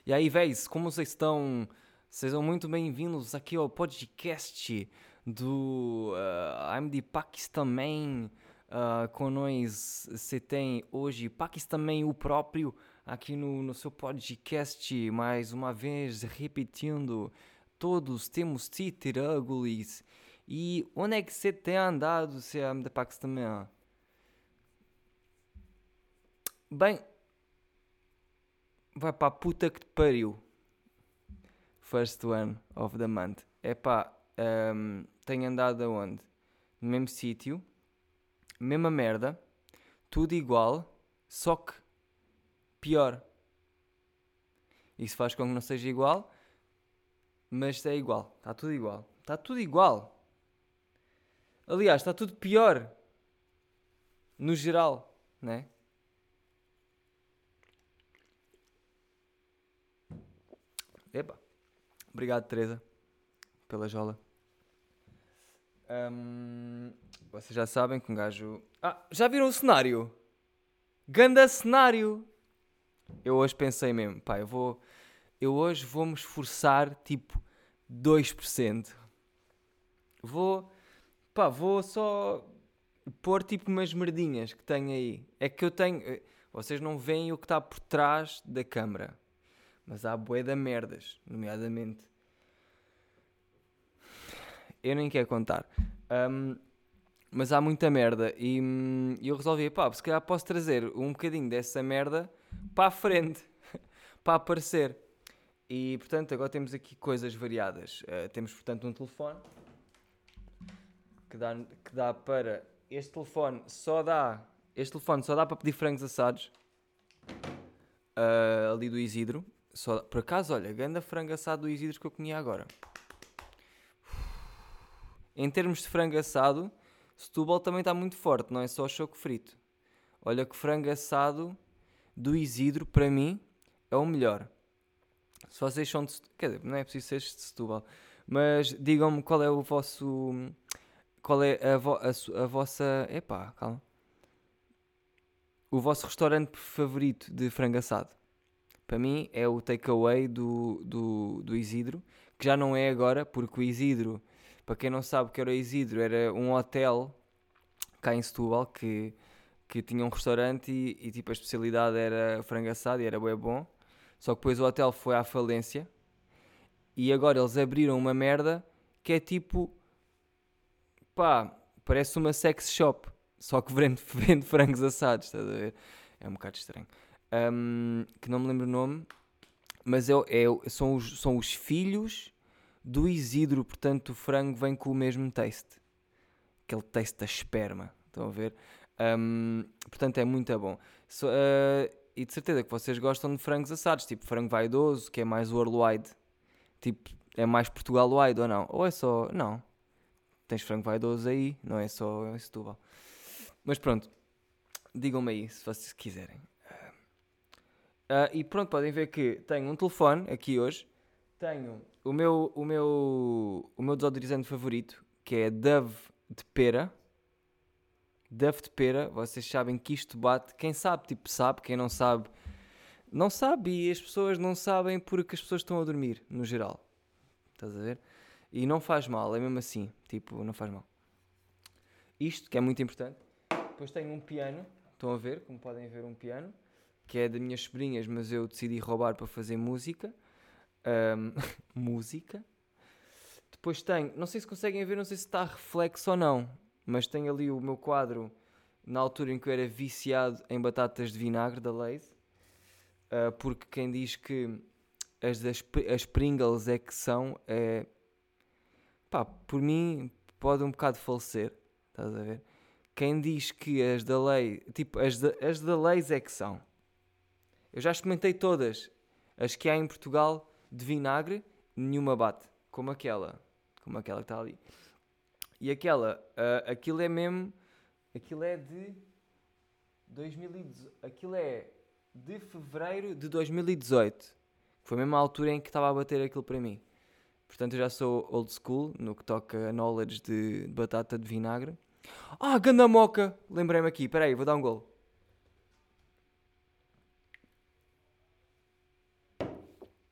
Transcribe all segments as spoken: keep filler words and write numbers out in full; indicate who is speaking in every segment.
Speaker 1: E aí, véis, como vocês estão? Sejam muito bem-vindos aqui ao podcast do uh, I'm the Pakistan Man. Uh, com nós, você tem hoje Pakistan Man o próprio aqui no, no seu podcast. Mais uma vez, repetindo, todos temos títulos. E onde é que você tem andado, se I'm the Pakistan Man? Bem, vai para a puta que te pariu. First one of the month. Epá, um, tenho andado aonde? No mesmo sítio, mesma merda, tudo igual, só que pior. Isso faz com que não seja igual, mas é igual. Está tudo igual. Está tudo igual. Aliás, está tudo pior. No geral, né? Epá. Obrigado, Teresa, pela jola. Um, vocês já sabem que um gajo... Ah, já viram o cenário? Ganda cenário! Eu hoje pensei mesmo, pá, eu vou... Eu hoje vou-me esforçar, tipo, dois por cento. Vou... Pá, vou só pôr, tipo, umas merdinhas que tenho aí. É que eu tenho... Vocês não veem o que está por trás da câmara. Mas há bué de merdas, nomeadamente... Eu nem quero contar. Um, mas há muita merda. E hum, eu resolvi, pá, se calhar posso trazer um bocadinho dessa merda para a frente. Para aparecer. E, portanto, agora temos aqui coisas variadas. Uh, temos, portanto, um telefone. Que dá, que dá para... Este telefone só dá... Este telefone só dá para pedir frangos assados. Uh, ali do Isidro. Só, por acaso, olha, ganda frango assado do Isidro que eu comia agora. Em termos de frango assado, Setúbal também está muito forte, não é só choco frito. Olha que frango assado do Isidro, para mim, é o melhor. Se vocês são de Setúbal, quer dizer, não é preciso ser de Setúbal, mas digam-me qual é o vosso... Qual é a, vo, a, a vossa... Epá, calma. O vosso restaurante favorito de frango assado. Para mim é o takeaway do, do, do Isidro, que já não é agora, porque o Isidro... Para quem não sabe o que era o Isidro, era um hotel cá em Setúbal que, que tinha um restaurante e, e tipo a especialidade era frango assado e era bem bom. Só que depois o hotel foi à falência e agora eles abriram uma merda que é tipo, pá, parece uma sex shop, só que vende, vende frangos assados, estás a ver? É um bocado estranho. Um, que não me lembro o nome, mas é, é, são, os, são os filhos... do Isidro, portanto o frango vem com o mesmo taste. Aquele taste da esperma, estão a ver? Um, portanto é muito bom. So, uh, e de certeza que vocês gostam de frangos assados, tipo frango vaidoso, que é mais worldwide. Tipo, é mais Portugal-wide ou não? Ou é só... Não. Tens frango vaidoso aí, não é só em Setúbal. Mas pronto, digam-me aí se vocês quiserem. Uh, e pronto, podem ver que tenho um telefone aqui hoje. Tenho o meu, o meu, o meu desodorizante favorito, que é Dove de pera. Dove de pera, vocês sabem que isto bate. Quem sabe, tipo, sabe. Quem não sabe, não sabe. E as pessoas não sabem porque as pessoas estão a dormir, no geral. Estás a ver? E não faz mal, é mesmo assim. Tipo, não faz mal. Isto, que é muito importante. Depois tenho um piano. Estão a ver, como podem ver, um piano. Que é das minhas sobrinhas, mas eu decidi roubar para fazer música. Um, música. Depois tenho, não sei se conseguem ver, não sei se está reflexo ou não, mas tenho ali o meu quadro na altura em que eu era viciado em batatas de vinagre da Lay's, uh, porque quem diz que as, das, as Pringles é que são, é, pá, por mim pode um bocado falecer, estás a ver? Quem diz que as da Lay's, tipo, as da, as da Lay's é que são. Eu já experimentei todas, as que há em Portugal de vinagre, nenhuma bate, como aquela, como aquela que está ali. E aquela, uh, aquilo é mesmo, aquilo é de dois mil e dezoito, aquilo é de fevereiro de dois mil e dezoito. Foi mesmo a altura em que estava a bater aquilo para mim. Portanto, eu já sou old school no que toca a knowledge de, de batata de vinagre. Ah, ganda moca! Lembrei-me aqui, espera aí, vou dar um golo.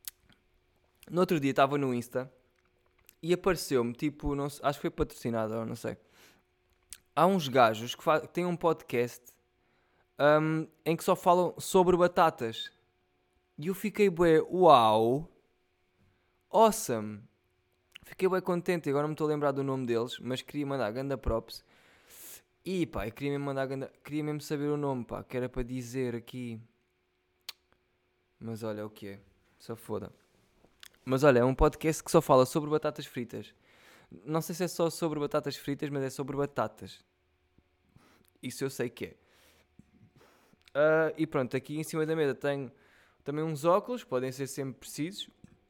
Speaker 1: No outro dia estava no Insta e apareceu-me, tipo, não, acho que foi patrocinado, ou não sei. Há uns gajos que, que têm um podcast um, em que só falam sobre batatas. E eu fiquei bué, uau, awesome. Fiquei bem contente, agora não me estou a lembrar do nome deles, mas queria mandar ganda props. E pá, eu queria mesmo mandar ganda, queria mesmo saber o nome, pá, que era para dizer aqui. Mas olha, o que é? Só foda. Mas olha, é um podcast que só fala sobre batatas fritas. Não sei se é só sobre batatas fritas, mas é sobre batatas. Isso eu sei que é. Uh, e pronto, aqui em cima da mesa tenho também uns óculos, podem ser sempre precisos.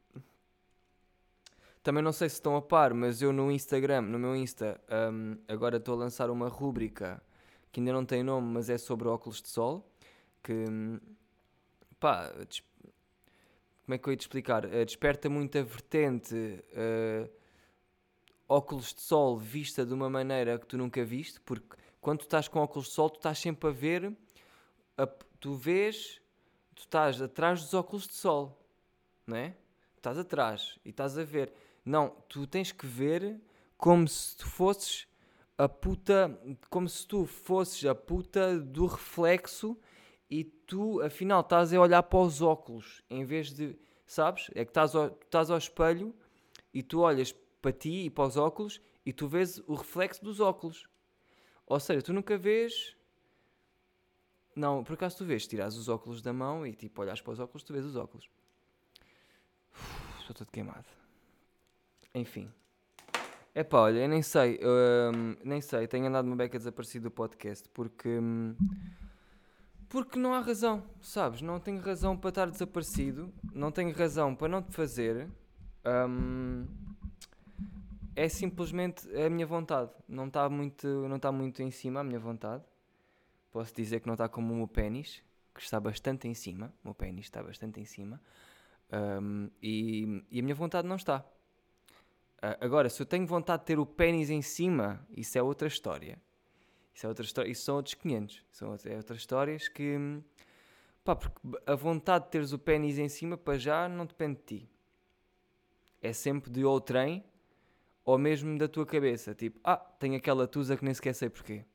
Speaker 1: Também não sei se estão a par, mas eu no Instagram, no meu Insta, um, agora estou a lançar uma rúbrica que ainda não tem nome, mas é sobre óculos de sol. Que, pá, des- como é que eu ia te explicar? Uh, desperta muita vertente, uh, óculos de sol vista de uma maneira que tu nunca viste, porque quando tu estás com óculos de sol, tu estás sempre a ver, a- tu vês, tu estás atrás dos óculos de sol, não é? Estás atrás e estás a ver. Não, tu tens que ver como se tu fosses a puta, como se tu fosses a puta do reflexo e tu afinal estás a olhar para os óculos em vez de, sabes? É que estás ao, estás ao espelho e tu olhas para ti e para os óculos e tu vês o reflexo dos óculos. Ou seja, tu nunca vês. Não, por acaso tu vês, tiras os óculos da mão e tipo olhas para os óculos, tu vês os óculos. Uf, estou todo queimado. Enfim. Epá, olha, eu nem sei, hum, nem sei, tenho andado uma beca desaparecido do podcast porque, hum, porque não há razão, sabes? Não tenho razão para estar desaparecido, não tenho razão para não te fazer, hum, é simplesmente a minha vontade, não está muito, não está muito em cima a minha vontade, posso dizer que não está como o meu pénis, que está bastante em cima, o meu pénis está bastante em cima, hum, e, e a minha vontade não está. Ah, agora, se eu tenho vontade de ter o pénis em cima, isso é outra história. Isso, é outra história, isso são outros quinhentos. São outras, é outras histórias que... Pá, porque a vontade de teres o pénis em cima, para já, não depende de ti. É sempre de ou o trem, ou mesmo da tua cabeça. Tipo, ah, tenho aquela tusa que nem sequer sei porquê.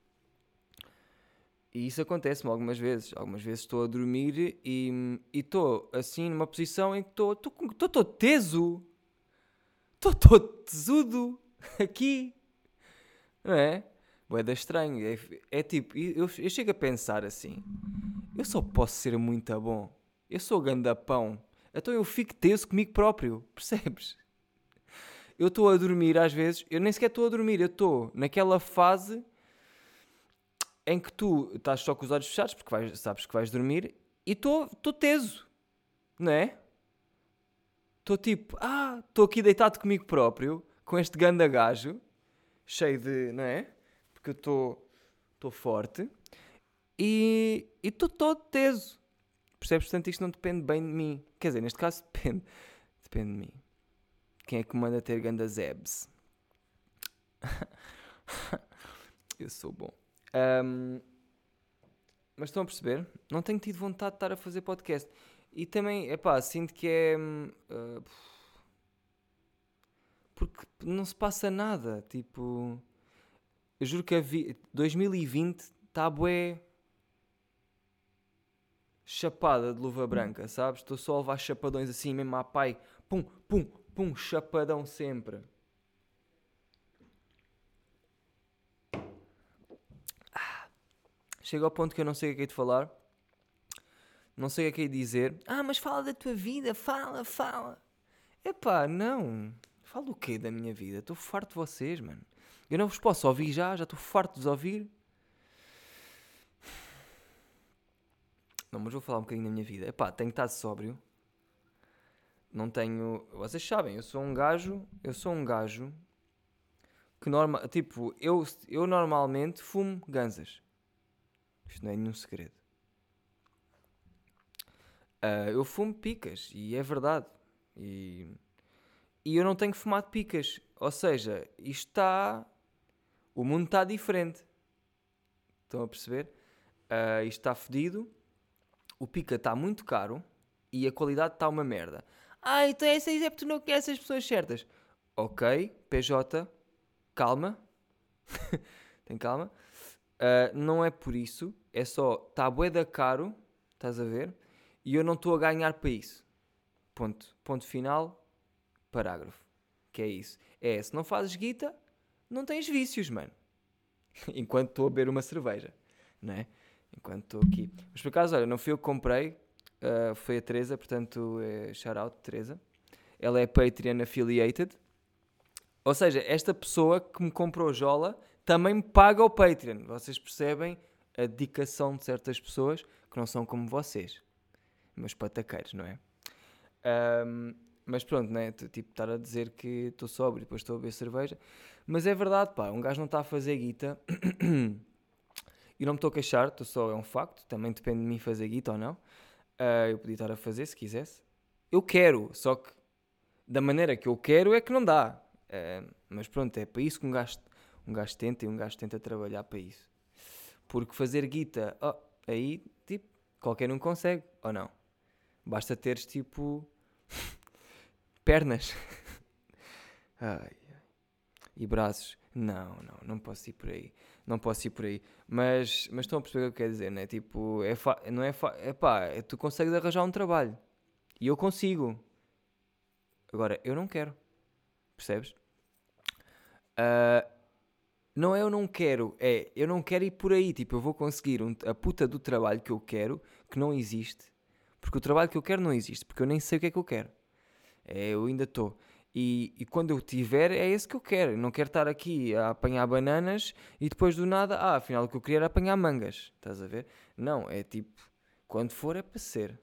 Speaker 1: E isso acontece-me algumas vezes. Algumas vezes estou a dormir e estou assim numa posição em que estou todo teso. Estou todo tesudo aqui. Não é? Bué estranho. É, é tipo, eu, eu chego a pensar assim: eu só posso ser muito bom. Eu sou gandapão. Então eu fico teso comigo próprio. Percebes? Eu estou a dormir às vezes. Eu nem sequer estou a dormir. Eu estou naquela fase em que tu estás só com os olhos fechados porque vais, sabes que vais dormir. E estou teso. Não é? Estou tipo, ah, estou aqui deitado comigo próprio. Com este ganda gajo. Cheio de, não é? Porque eu estou estou forte e estou todo teso. Percebes? Portanto, isto não depende bem de mim. Quer dizer, neste caso depende. Depende de mim. Quem é que me manda ter grandes abs? Eu sou bom. Um, mas estão a perceber? Não tenho tido vontade de estar a fazer podcast. E também, epá, sinto que é... Uh, porque não se passa nada. Tipo... Eu juro que a vi- dois mil e vinte está bué... chapada de luva branca, sabes? Estou só a levar chapadões assim mesmo à pai. Pum, pum, pum, chapadão sempre. Ah, chega ao ponto que eu não sei o que é de falar. Não sei o que é de dizer. Ah, mas fala da tua vida, fala, fala. Epá, não. Fala o quê da minha vida? Estou farto de vocês, mano. Eu não vos posso ouvir já, já estou farto de vos ouvir. Não, mas vou falar um bocadinho da minha vida. Epá, tenho estado sóbrio. Não tenho... Vocês sabem, eu sou um gajo... Eu sou um gajo... Que norma... Tipo, eu, eu normalmente fumo ganzas. Isto não é nenhum segredo. Uh, eu fumo picas. E é verdade. E... E eu não tenho fumado picas. Ou seja, isto está... O mundo está diferente. Estão a perceber? Uh, isto está fedido. O pica está muito caro. E a qualidade está uma merda. Ah, então essa aí é porque tu não conheces as pessoas certas. Ok, P J, calma. Tem calma. Uh, não é por isso. É só, está bué da caro, estás a ver? E eu não estou a ganhar para isso. Ponto. Ponto final, parágrafo. Que é isso. É, se não fazes guita, não tens vícios, mano. Enquanto estou a beber uma cerveja, não é? Enquanto estou aqui. Mas por acaso, olha, não fui eu que comprei, uh, foi a Teresa, portanto, é shout out, Teresa. Ela é Patreon affiliated. Ou seja, esta pessoa que me comprou Jola também me paga o Patreon. Vocês percebem a dedicação de certas pessoas que não são como vocês. Meus pataqueiros, não é? Um, mas pronto, né? Tipo, estar a dizer que estou sóbrio e depois estou a beber cerveja. Mas é verdade, pá, um gajo não está a fazer guita. E não me estou a queixar, estou só, é um facto. Também depende de mim fazer guita ou não. Uh, eu podia estar a fazer se quisesse. Eu quero, só que da maneira que eu quero é que não dá. Uh, mas pronto, é para isso que um gajo, um gajo tenta e um gajo tenta trabalhar para isso. Porque fazer guita, oh, aí, tipo, qualquer um consegue, ou não? Basta teres, tipo, pernas. Ai, e braços. Não, não, não posso ir por aí. Não posso ir por aí. Mas, mas estão a perceber o que eu quero dizer, não é? Tipo, é fa- não é fa- é pá, é, tu consegues arranjar um trabalho. E eu consigo. Agora, eu não quero. Percebes? Ah, não é eu não quero, é eu não quero ir por aí. Tipo, eu vou conseguir um- a puta do trabalho que eu quero, que não existe. Porque o trabalho que eu quero não existe. Porque eu nem sei o que é que eu quero. É, eu ainda estou. E, e quando eu tiver, é esse que eu quero. Eu não quero estar aqui a apanhar bananas e depois do nada, ah, afinal o que eu queria era apanhar mangas. Estás a ver? Não, é tipo, quando for é para ser.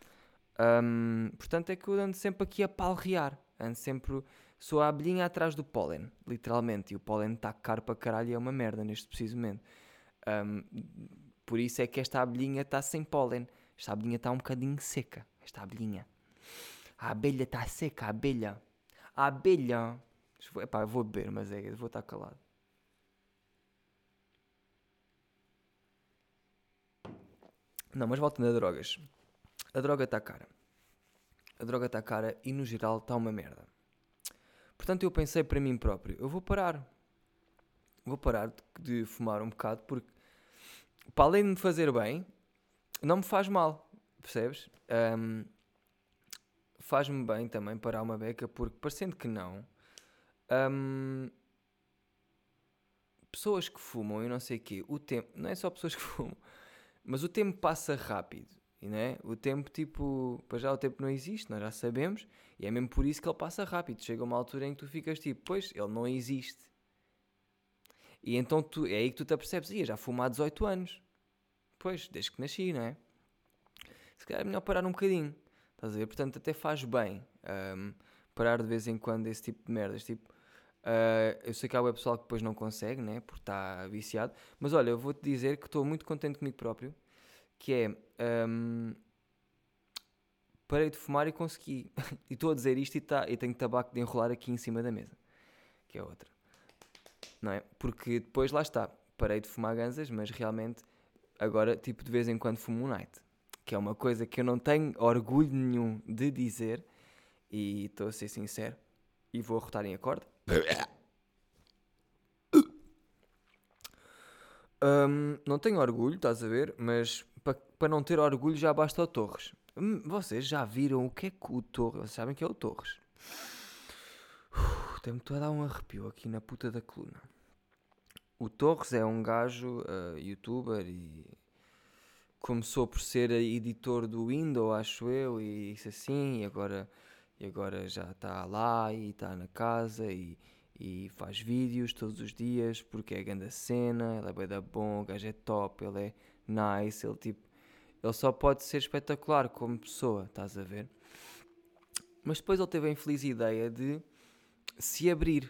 Speaker 1: Ahm, portanto, é que eu ando sempre aqui a palrear. Ando sempre, sou a abelhinha atrás do pólen, literalmente. E o pólen está caro para caralho e é uma merda neste preciso momento. Ahm, por isso é que esta abelhinha está sem pólen. Esta abelhinha está um bocadinho seca. Esta abelhinha. A abelha está seca, a abelha. A abelha. Epá, eu vou beber, mas é, eu vou estar calado. Não, mas voltando a drogas. A droga está cara. A droga está cara e no geral está uma merda. Portanto eu pensei para mim próprio, eu vou parar. Vou parar de, de fumar um bocado porque, para além de me fazer bem, não me faz mal. Percebes? Um, faz-me bem também parar uma beca porque, parecendo que não, um, pessoas que fumam e não sei o quê, o tempo, não é só pessoas que fumam, mas o tempo passa rápido. E, não é? O tempo, tipo, para já o tempo não existe, nós já sabemos, e é mesmo por isso que ele passa rápido. Chega uma altura em que tu ficas tipo, pois, ele não existe. E então tu, é aí que tu te apercebes, ia já fumo há dezoito anos. Pois, desde que nasci, não é? Se calhar é melhor parar um bocadinho. Estás a ver? Portanto, até faz bem um, parar de vez em quando esse tipo de merdas. Tipo, uh, eu sei que há o pessoal que depois não consegue, né? Porque está viciado. Mas olha, eu vou-te dizer que estou muito contente comigo próprio. Que é, um, parei de fumar e consegui. E estou a dizer isto e, tá, e tenho tabaco de enrolar aqui em cima da mesa. Que é outra. Não é? Porque depois lá está. Parei de fumar ganzas, mas realmente agora, tipo, de vez em quando fumo um night. Que é uma coisa que eu não tenho orgulho nenhum de dizer. E estou a ser sincero. E vou arrotar em acorde. Um, não tenho orgulho, estás a ver? Mas para pa não ter orgulho já basta o Torres. Hum, vocês já viram o que é que o Torres... Vocês sabem que é o Torres. Tem-me a dar um arrepio aqui na puta da coluna. O Torres é um gajo, uh, youtuber, e começou por ser editor do Windows, acho eu, e isso assim, e agora, e agora já está lá e está na casa e, e faz vídeos todos os dias porque é grande a cena, ele é bem da bom, o gajo é top, ele é nice, ele tipo, ele só pode ser espetacular como pessoa, estás a ver? Mas depois ele teve a infeliz ideia de se abrir.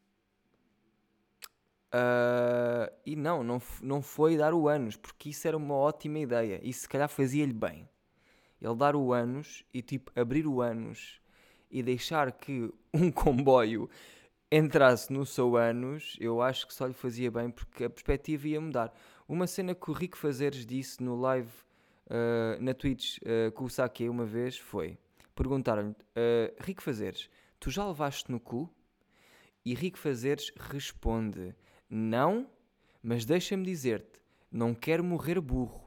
Speaker 1: Uh, e não, não, não foi dar o ânus, porque isso era uma ótima ideia. Isso se calhar fazia-lhe bem. Ele dar o ânus e tipo abrir o ânus e deixar que um comboio entrasse no seu ânus, eu acho que só lhe fazia bem porque a perspectiva ia mudar. Uma cena que o Rico Fazeres disse no live uh, na Twitch uh, com o Saque uma vez foi: perguntaram-lhe, uh, Rico Fazeres, tu já levaste no cu? E Rico Fazeres responde, não, mas deixa-me dizer-te, não quero morrer burro.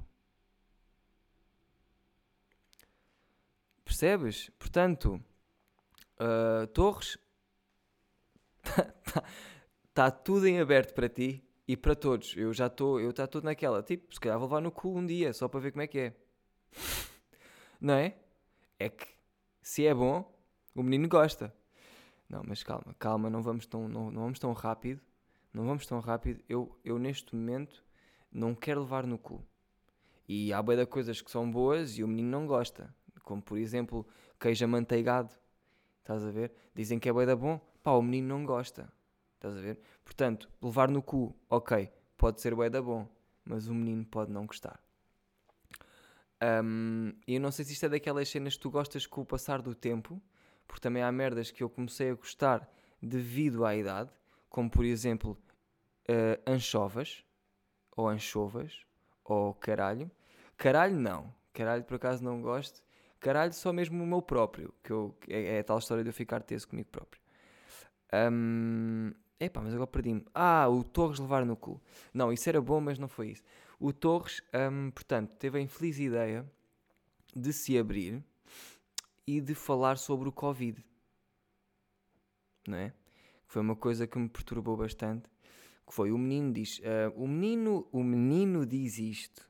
Speaker 1: Percebes? Portanto, uh, Torres, está tá tudo em aberto para ti e para todos. Eu já estou eu tá tudo naquela. Tipo, se calhar vou levar no cu um dia, só para ver como é que é. Não é? É que, se é bom, o menino gosta. Não, mas calma, calma, não vamos tão, não, não vamos tão rápido. Não vamos tão rápido. Eu, eu, neste momento, não quero levar no cu. E há bué de coisas que são boas e o menino não gosta. Como, por exemplo, queijo amanteigado. Estás a ver? Dizem que é bué da bom. Pá, o menino não gosta. Estás a ver? Portanto, levar no cu, ok, pode ser bué da bom. Mas o menino pode não gostar. Um, e eu não sei se isto é daquelas cenas que tu gostas com o passar do tempo. Porque também há merdas que eu comecei a gostar devido à idade. Como, por exemplo, uh, anchovas. Ou anchovas. Ou caralho. Caralho não. Caralho por acaso não gosto. Caralho só mesmo o meu próprio. Que eu, é, é a tal história de eu ficar teso comigo próprio. Um, epá, mas agora perdi-me. Ah, o Torres levar no cu. Não, isso era bom, mas não foi isso. O Torres, um, portanto, teve a infeliz ideia de se abrir e de falar sobre o Covid. Não é? Foi uma coisa que me perturbou bastante. Que foi, o menino diz... Uh, o, menino, o menino diz isto.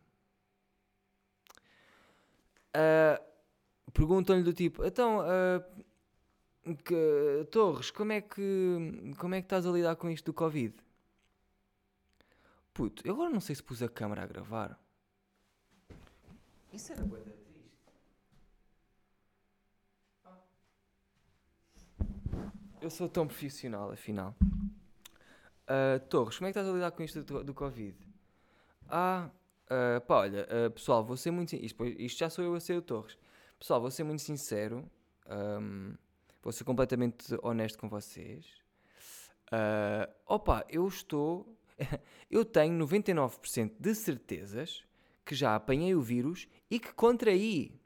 Speaker 1: Uh, perguntam-lhe do tipo... Então, uh, que, Torres, como é, que, como é que estás a lidar com isto do Covid? Puto, eu agora não sei se pus a câmera a gravar. Isso era bué da triste. Ah. Eu sou tão profissional, afinal. Uh, Torres, como é que estás a lidar com isto do, do Covid? Ah, uh, pá, olha, uh, pessoal, vou ser muito sincero. Isto, isto já sou eu a ser o Torres. Pessoal, vou ser muito sincero. Um, vou ser completamente honesto com vocês. Uh, opa, eu estou... eu tenho noventa e nove por cento de certezas que já apanhei o vírus e que contraí.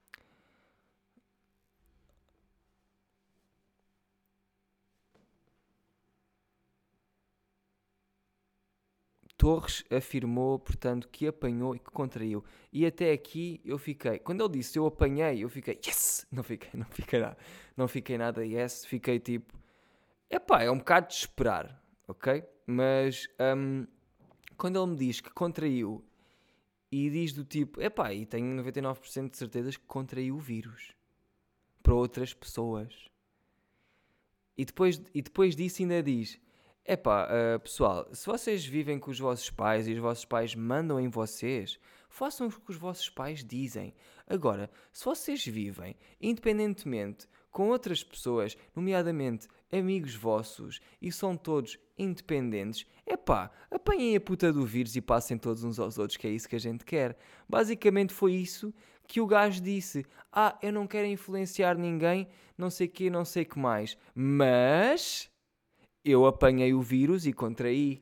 Speaker 1: Torres afirmou, portanto, que apanhou e que contraiu. E até aqui eu fiquei... Quando ele disse eu apanhei, eu fiquei... Yes! Não fiquei, não fiquei nada. Não fiquei nada yes. Fiquei tipo... Epá, é um bocado de esperar, ok? Mas um, quando ele me diz que contraiu e diz do tipo... Epá, e tenho noventa e nove por cento de certezas que contraiu o vírus. Para outras pessoas. E depois, e depois disso ainda diz... Epá, uh, pessoal, se vocês vivem com os vossos pais e os vossos pais mandam em vocês, façam o que os vossos pais dizem. Agora, se vocês vivem, independentemente, com outras pessoas, nomeadamente amigos vossos, e são todos independentes, epá, apanhem a puta do vírus e passem todos uns aos outros, que é isso que a gente quer. Basicamente foi isso que o gajo disse. Ah, eu não quero influenciar ninguém, não sei o que, não sei o que mais. Mas... eu apanhei o vírus e contraí.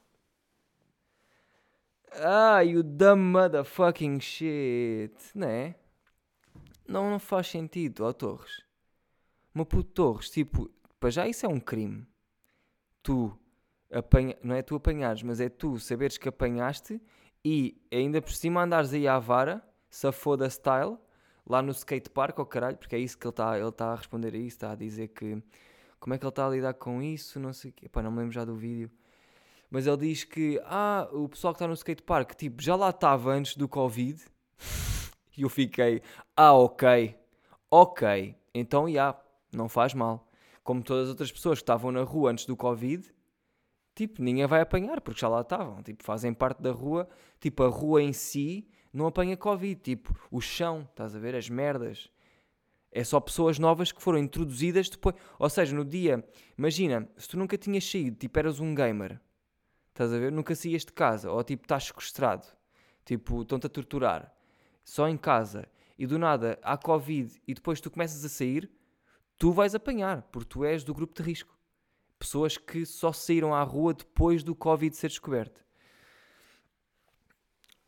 Speaker 1: Ah, you dumb motherfucking shit. Não é? Não, não faz sentido, ó Torres. Uma puto Torres, tipo, para já isso é um crime. Tu, apanha, não é tu apanhares, mas é tu saberes que apanhaste e ainda por cima andares aí à vara, safoda style, lá no skatepark, ó caralho, porque é isso que ele está ele tá a responder a isso, está a dizer que... como é que ele está a lidar com isso, não sei o quê. Pá, não me lembro já do vídeo. Mas ele diz que, ah, o pessoal que está no skatepark, tipo, já lá estava antes do Covid. E eu fiquei, ah, ok, ok, então, já, yeah, não faz mal. Como todas as outras pessoas que estavam na rua antes do Covid, tipo, ninguém vai apanhar, porque já lá estavam. Tipo, fazem parte da rua, tipo, a rua em si não apanha Covid. Tipo, o chão, estás a ver, as merdas. É só pessoas novas que foram introduzidas depois. Ou seja, no dia... imagina, se tu nunca tinhas saído, tipo, eras um gamer. Estás a ver? Nunca saías de casa. Ou, tipo, estás sequestrado. Tipo, estão-te a torturar. Só em casa. E do nada, há Covid. E depois tu começas a sair. Tu vais apanhar. Porque tu és do grupo de risco. Pessoas que só saíram à rua depois do Covid ser descoberto.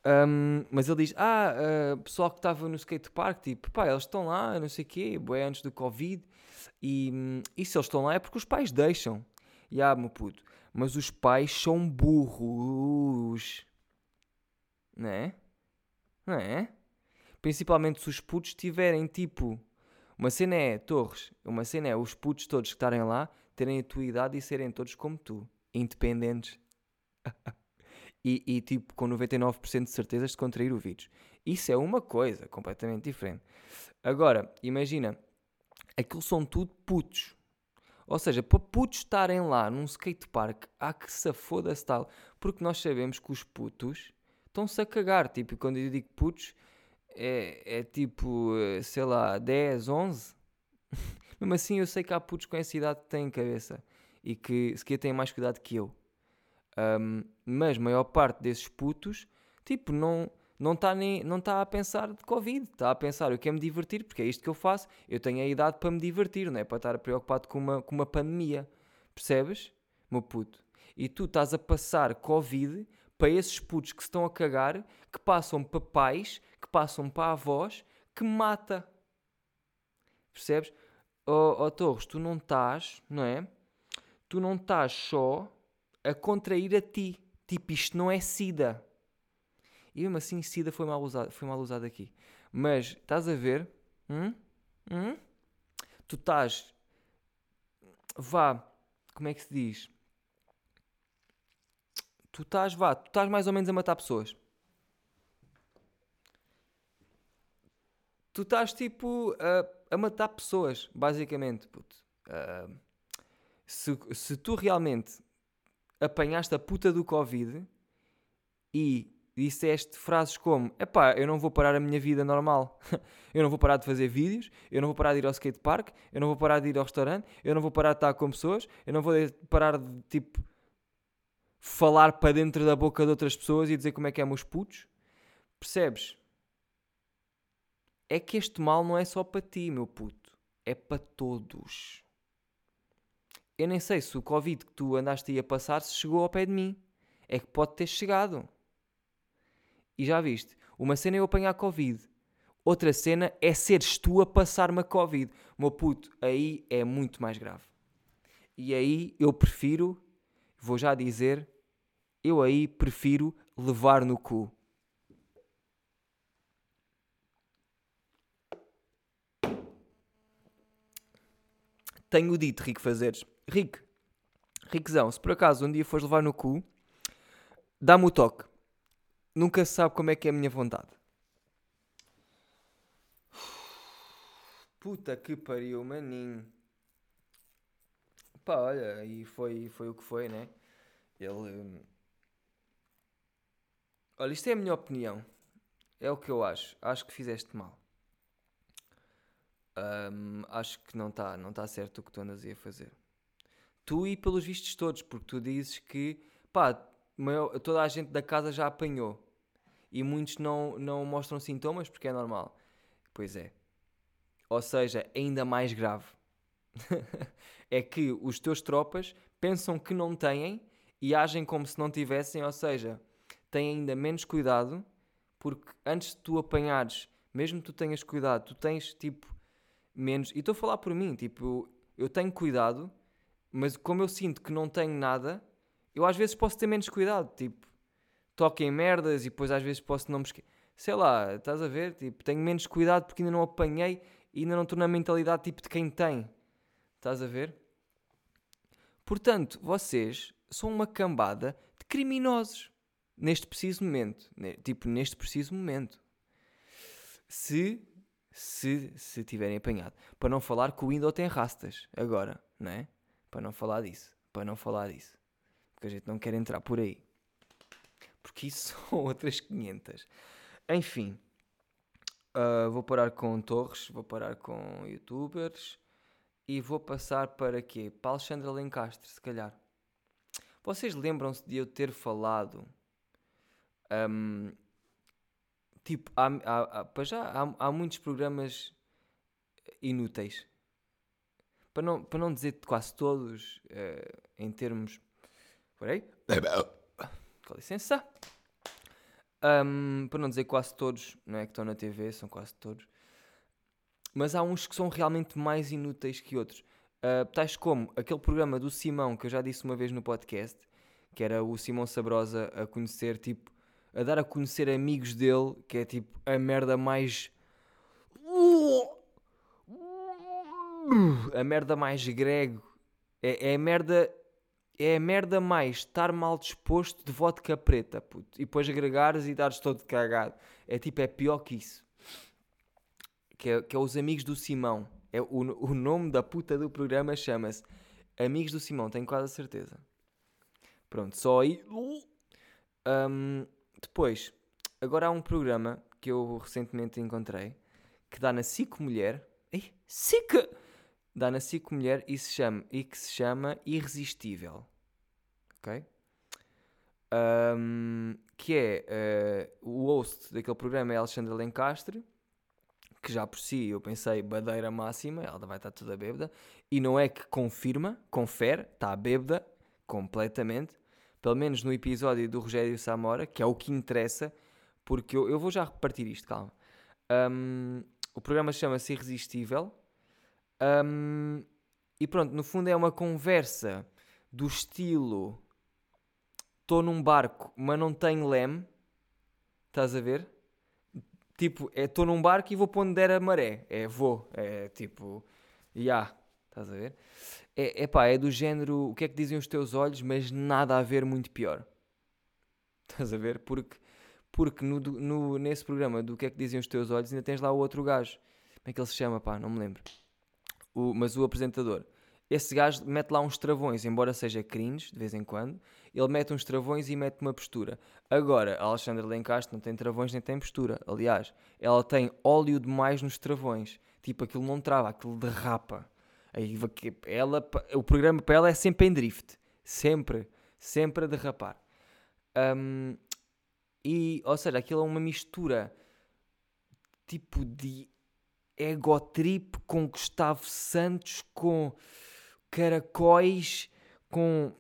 Speaker 1: Um, mas ele diz, ah, uh, pessoal que estava no skatepark, tipo, pá, eles estão lá, não sei o quê, bué antes do Covid, e, hum, e se eles estão lá é porque os pais deixam. E ah, meu puto, mas os pais são burros, não é? Não é? Principalmente se os putos tiverem, tipo, uma cena é, Torres, uma cena é os putos todos que estarem lá, terem a tua idade e serem todos como tu, independentes. E, e, tipo, com noventa e nove por cento de certezas de contrair o vírus. Isso é uma coisa completamente diferente. Agora, imagina, aquilo são tudo putos. Ou seja, para putos estarem lá num skatepark, há que se foda-se tal. Porque nós sabemos que os putos estão-se a cagar. Tipo, quando eu digo putos, é, é tipo, eh, sei lá, dez, onze. Mesmo assim, eu sei que há putos com essa idade que têm cabeça. E que se calhar têm mais cuidado que eu. Um, mas a maior parte desses putos, tipo, não não está não tá a pensar de Covid, está a pensar, eu quero me divertir, porque é isto que eu faço, eu tenho a idade para me divertir, não é para estar preocupado com uma, com uma pandemia, percebes, meu puto? E tu estás a passar Covid para esses putos que se estão a cagar, que passam para pais, que passam para avós, que mata, percebes? Ó oh, oh, Torres, tu não estás, não é? Tu não estás só a contrair a ti. Tipo, isto não é SIDA. E mesmo assim, SIDA foi mal usado, foi mal usado aqui. Mas, estás a ver? Hum? Hum? Tu estás... Vá, como é que se diz? Tu estás, vá, tu estás mais ou menos a matar pessoas. Tu estás, tipo, a, a matar pessoas, basicamente, puto. Uh, se, se tu realmente apanhaste a puta do Covid e disseste frases como, epá, eu não vou parar a minha vida normal, eu não vou parar de fazer vídeos, eu não vou parar de ir ao skatepark, eu não vou parar de ir ao restaurante, eu não vou parar de estar com pessoas, eu não vou parar de, tipo, falar para dentro da boca de outras pessoas e dizer como é que é meus putos. Percebes? É que este mal não é só para ti, meu puto, é para todos. Eu nem sei se o Covid que tu andaste aí a passar se chegou ao pé de mim. É que pode ter chegado. E já viste, uma cena é eu apanhar Covid, outra cena é seres tu a passar-me a Covid. Meu puto, aí é muito mais grave. E aí eu prefiro, vou já dizer, eu aí prefiro levar no cu. Tenho dito, Rico Fazeres. Rico, Riquezão, se por acaso um dia fores levar no cu, dá-me o toque. Nunca se sabe como é que é a minha vontade. Puta que pariu, maninho. Pá, olha, e foi, foi o que foi, né? Ele... hum, Olha, isto é a minha opinião. É o que eu acho. Acho que fizeste mal. Hum, acho que não está não tá certo o que tu andas aí a fazer. Tu e pelos vistos todos, porque tu dizes que, pá, maior- toda a gente da casa já apanhou. E muitos não, não mostram sintomas porque é normal. Pois é. Ou seja, ainda mais grave. É que os teus tropas pensam que não têm e agem como se não tivessem, ou seja, têm ainda menos cuidado, porque antes de tu apanhares, mesmo que tu tenhas cuidado, tu tens tipo menos. E estou a falar por mim, tipo, eu tenho cuidado, mas como eu sinto que não tenho nada, eu às vezes posso ter menos cuidado, tipo, toco em merdas e depois às vezes posso não me esquecer. Sei lá, estás a ver? Tipo, tenho menos cuidado porque ainda não apanhei e ainda não estou na mentalidade tipo de quem tem. Estás a ver? Portanto, vocês são uma cambada de criminosos. Neste preciso momento. Ne- Tipo, neste preciso momento. Se, se, se tiverem apanhado. Para não falar que o Windows tem rastas. Agora, não é? Para não falar disso. Para não falar disso. Porque a gente não quer entrar por aí. Porque isso são outras quinhentas. Enfim. ah, vou parar com Torres. Vou parar com YouTubers. E vou passar para quê? Para Alexandre Alencastre, se calhar. Vocês lembram-se de eu ter falado? hum, tipo, há, há, há, para já há, há muitos programas inúteis. Para não, para não dizer quase todos, eh, em termos. Peraí. Com licença. Um, para não dizer quase todos, não é que estão na T V, são quase todos. Mas há uns que são realmente mais inúteis que outros. Uh, tais como aquele programa do Simão, que eu já disse uma vez no podcast, que era o Simão Sabrosa a conhecer, tipo, a dar a conhecer amigos dele, que é tipo a merda mais... A merda mais grego. É, é a merda... É a merda mais estar mal disposto de vodka preta, puto. E depois agregares e dares todo cagado. É tipo, é pior que isso. Que é, que é os Amigos do Simão. É, o, o nome da puta do programa chama-se Amigos do Simão, tenho quase a certeza. Pronto, só aí... Um, depois, agora há um programa que eu recentemente encontrei, que dá na SIC Mulher... Ei, SIC! Dá na SIC Mulher e, se chama, e que se chama Irresistível. Ok? Um, que é uh, o host daquele programa é Alexandra Lencastre, que já por si eu pensei badeira máxima, ela vai estar toda bêbada, e não é que confirma, confere, está bêbada completamente, pelo menos no episódio do Rogério Samora, que é o que interessa, porque eu, eu vou já repartir isto, calma. Um, o programa chama-se Irresistível, um, e pronto, no fundo é uma conversa do estilo... Estou num barco, mas não tenho leme. Estás a ver? Tipo, estou é, num barco e vou para onde der a maré. É, vou. É tipo, já. Yeah, estás a ver? É, é pá, é do género, o que é que dizem os teus olhos, mas nada a ver muito pior. Estás a ver? Porque, porque no, no, nesse programa do que é que dizem os teus olhos ainda tens lá o outro gajo. Como é que ele se chama, pá? Não me lembro. O, mas o apresentador. Esse gajo mete lá uns travões, embora seja cringe, de vez em quando, ele mete uns travões e mete uma postura. Agora, a Alexandra Lencastre não tem travões nem tem postura. Aliás, ela tem óleo demais nos travões. Tipo, aquilo não trava, aquilo derrapa. Aí, ela, o programa para ela é sempre em drift. Sempre, sempre a derrapar. Um, e, ou seja, aquilo é uma mistura tipo de egotrip com Gustavo Santos, com... caracóis, com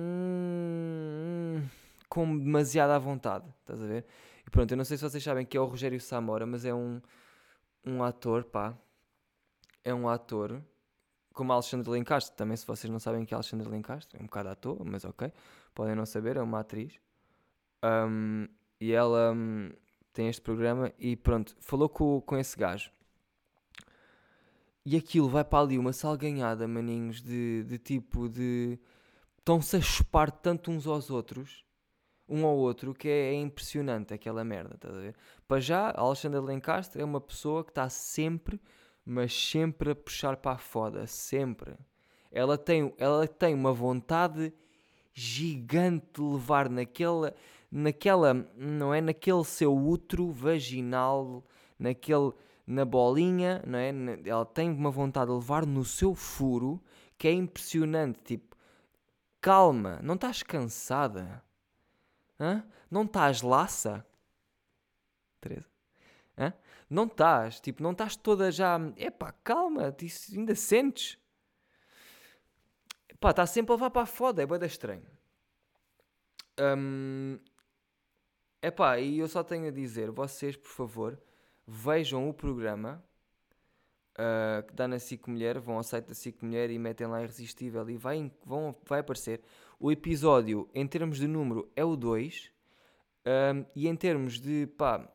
Speaker 1: hum, com demasiada vontade, estás a ver? E pronto, eu não sei se vocês sabem que é o Rogério Samora, mas é um, um ator, pá, é um ator, como Alexandre Lencastre, também se vocês não sabem que é Alexandre Lencastre, é um bocado ator, mas ok, podem não saber, é uma atriz, um, e ela um, tem este programa e pronto, falou com, com esse gajo. E aquilo vai para ali uma salganhada, maninhos, de, de tipo de... Estão-se a chupar tanto uns aos outros, um ao outro, que é, é impressionante aquela merda, estás a ver? Para já, a Alexandra Lencastre é uma pessoa que está sempre, mas sempre a puxar para a foda, sempre. Ela tem, ela tem uma vontade gigante de levar naquela, naquela, não é? Naquele seu útero vaginal, naquele... na bolinha, não é? Ela tem uma vontade de levar no seu furo, que é impressionante, tipo, calma, não estás cansada? Hã? Não estás laça? Teresa? Hã? Não estás, tipo, não estás toda já, epá, calma, ainda sentes? Pá, está sempre a levar para a foda, é bué da estranho. Hum, epá, e eu só tenho a dizer, vocês, por favor, vejam o programa uh, que dá na SIC Mulher, vão ao site da SIC Mulher e metem lá Irresistível e vai, vão, vai aparecer. O episódio, em termos de número, é o dois, um, e em termos de, pá,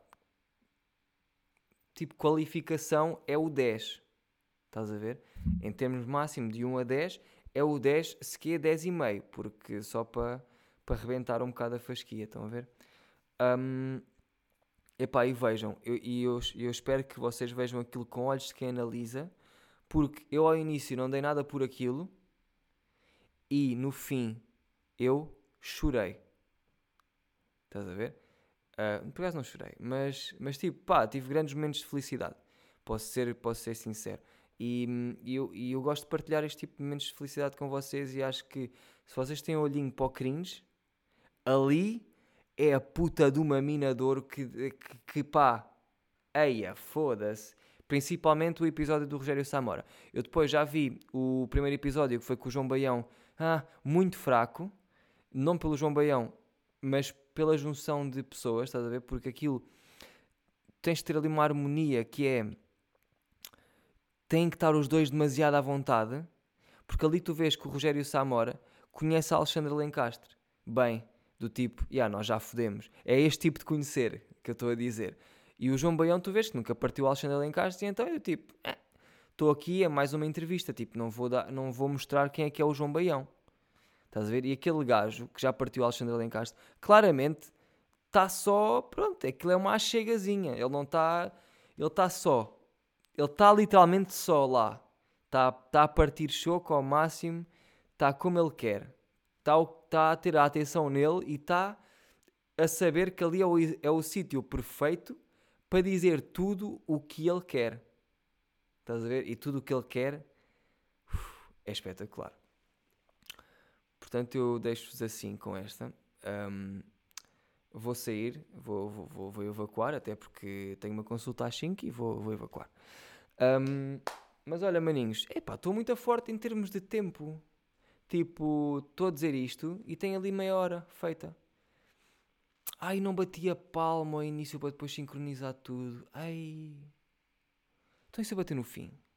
Speaker 1: tipo, qualificação, é o dez. Estás a ver? Em termos máximo de um a dez, é o dez, se que é dez e meio, porque só para para rebentar um bocado a fasquia, estão a ver? Um, epá, e vejam, eu, e eu, eu espero que vocês vejam aquilo com olhos de quem analisa, porque eu ao início não dei nada por aquilo e no fim eu chorei. Estás a ver? Uh, por acaso não chorei, mas, mas tipo, pá, tive grandes momentos de felicidade. Posso ser, posso ser sincero. E, e, eu, e eu gosto de partilhar este tipo de momentos de felicidade com vocês e acho que se vocês têm um olhinho para o cringe, ali é a puta de uma mina de ouro que, que, que pá, eia, foda-se. Principalmente o episódio do Rogério Samora. Eu depois já vi o primeiro episódio que foi com o João Baião, ah, muito fraco. Não pelo João Baião, mas pela junção de pessoas, estás a ver? Porque aquilo, tens de ter ali uma harmonia que é, têm que estar os dois demasiado à vontade, porque ali tu vês que o Rogério Samora conhece a Alexandre Lencastre, bem, do tipo, yeah, nós já fodemos, é este tipo de conhecer que eu estou a dizer. E o João Baião tu vês que nunca partiu o Alexandre Lencastre, e então é do tipo, estou eh, aqui, é mais uma entrevista, tipo, não vou, dar, não vou mostrar quem é que é o João Baião. Estás a ver? E aquele gajo que já partiu o Alexandre Lencastre, claramente está só, pronto, aquilo é uma achegazinha. Ele não está, ele está só. Ele está literalmente só lá. Está, está a partir choco ao máximo, está como ele quer. Está, está a ter a atenção nele e está a saber que ali é o, é o sítio perfeito para dizer tudo o que ele quer. Estás a ver? E tudo o que ele quer uf, é espetacular. Portanto, eu deixo-vos assim com esta. Um, vou sair, vou, vou, vou, vou evacuar, até porque tenho uma consulta às cinco e vou, vou evacuar. Um, mas olha, maninhos, epá, estou muito forte em termos de tempo. Tipo, estou a dizer isto e tenho ali meia hora feita. Ai, não bati a palma ao início para depois sincronizar tudo. Ai. Então e se eu bater no fim?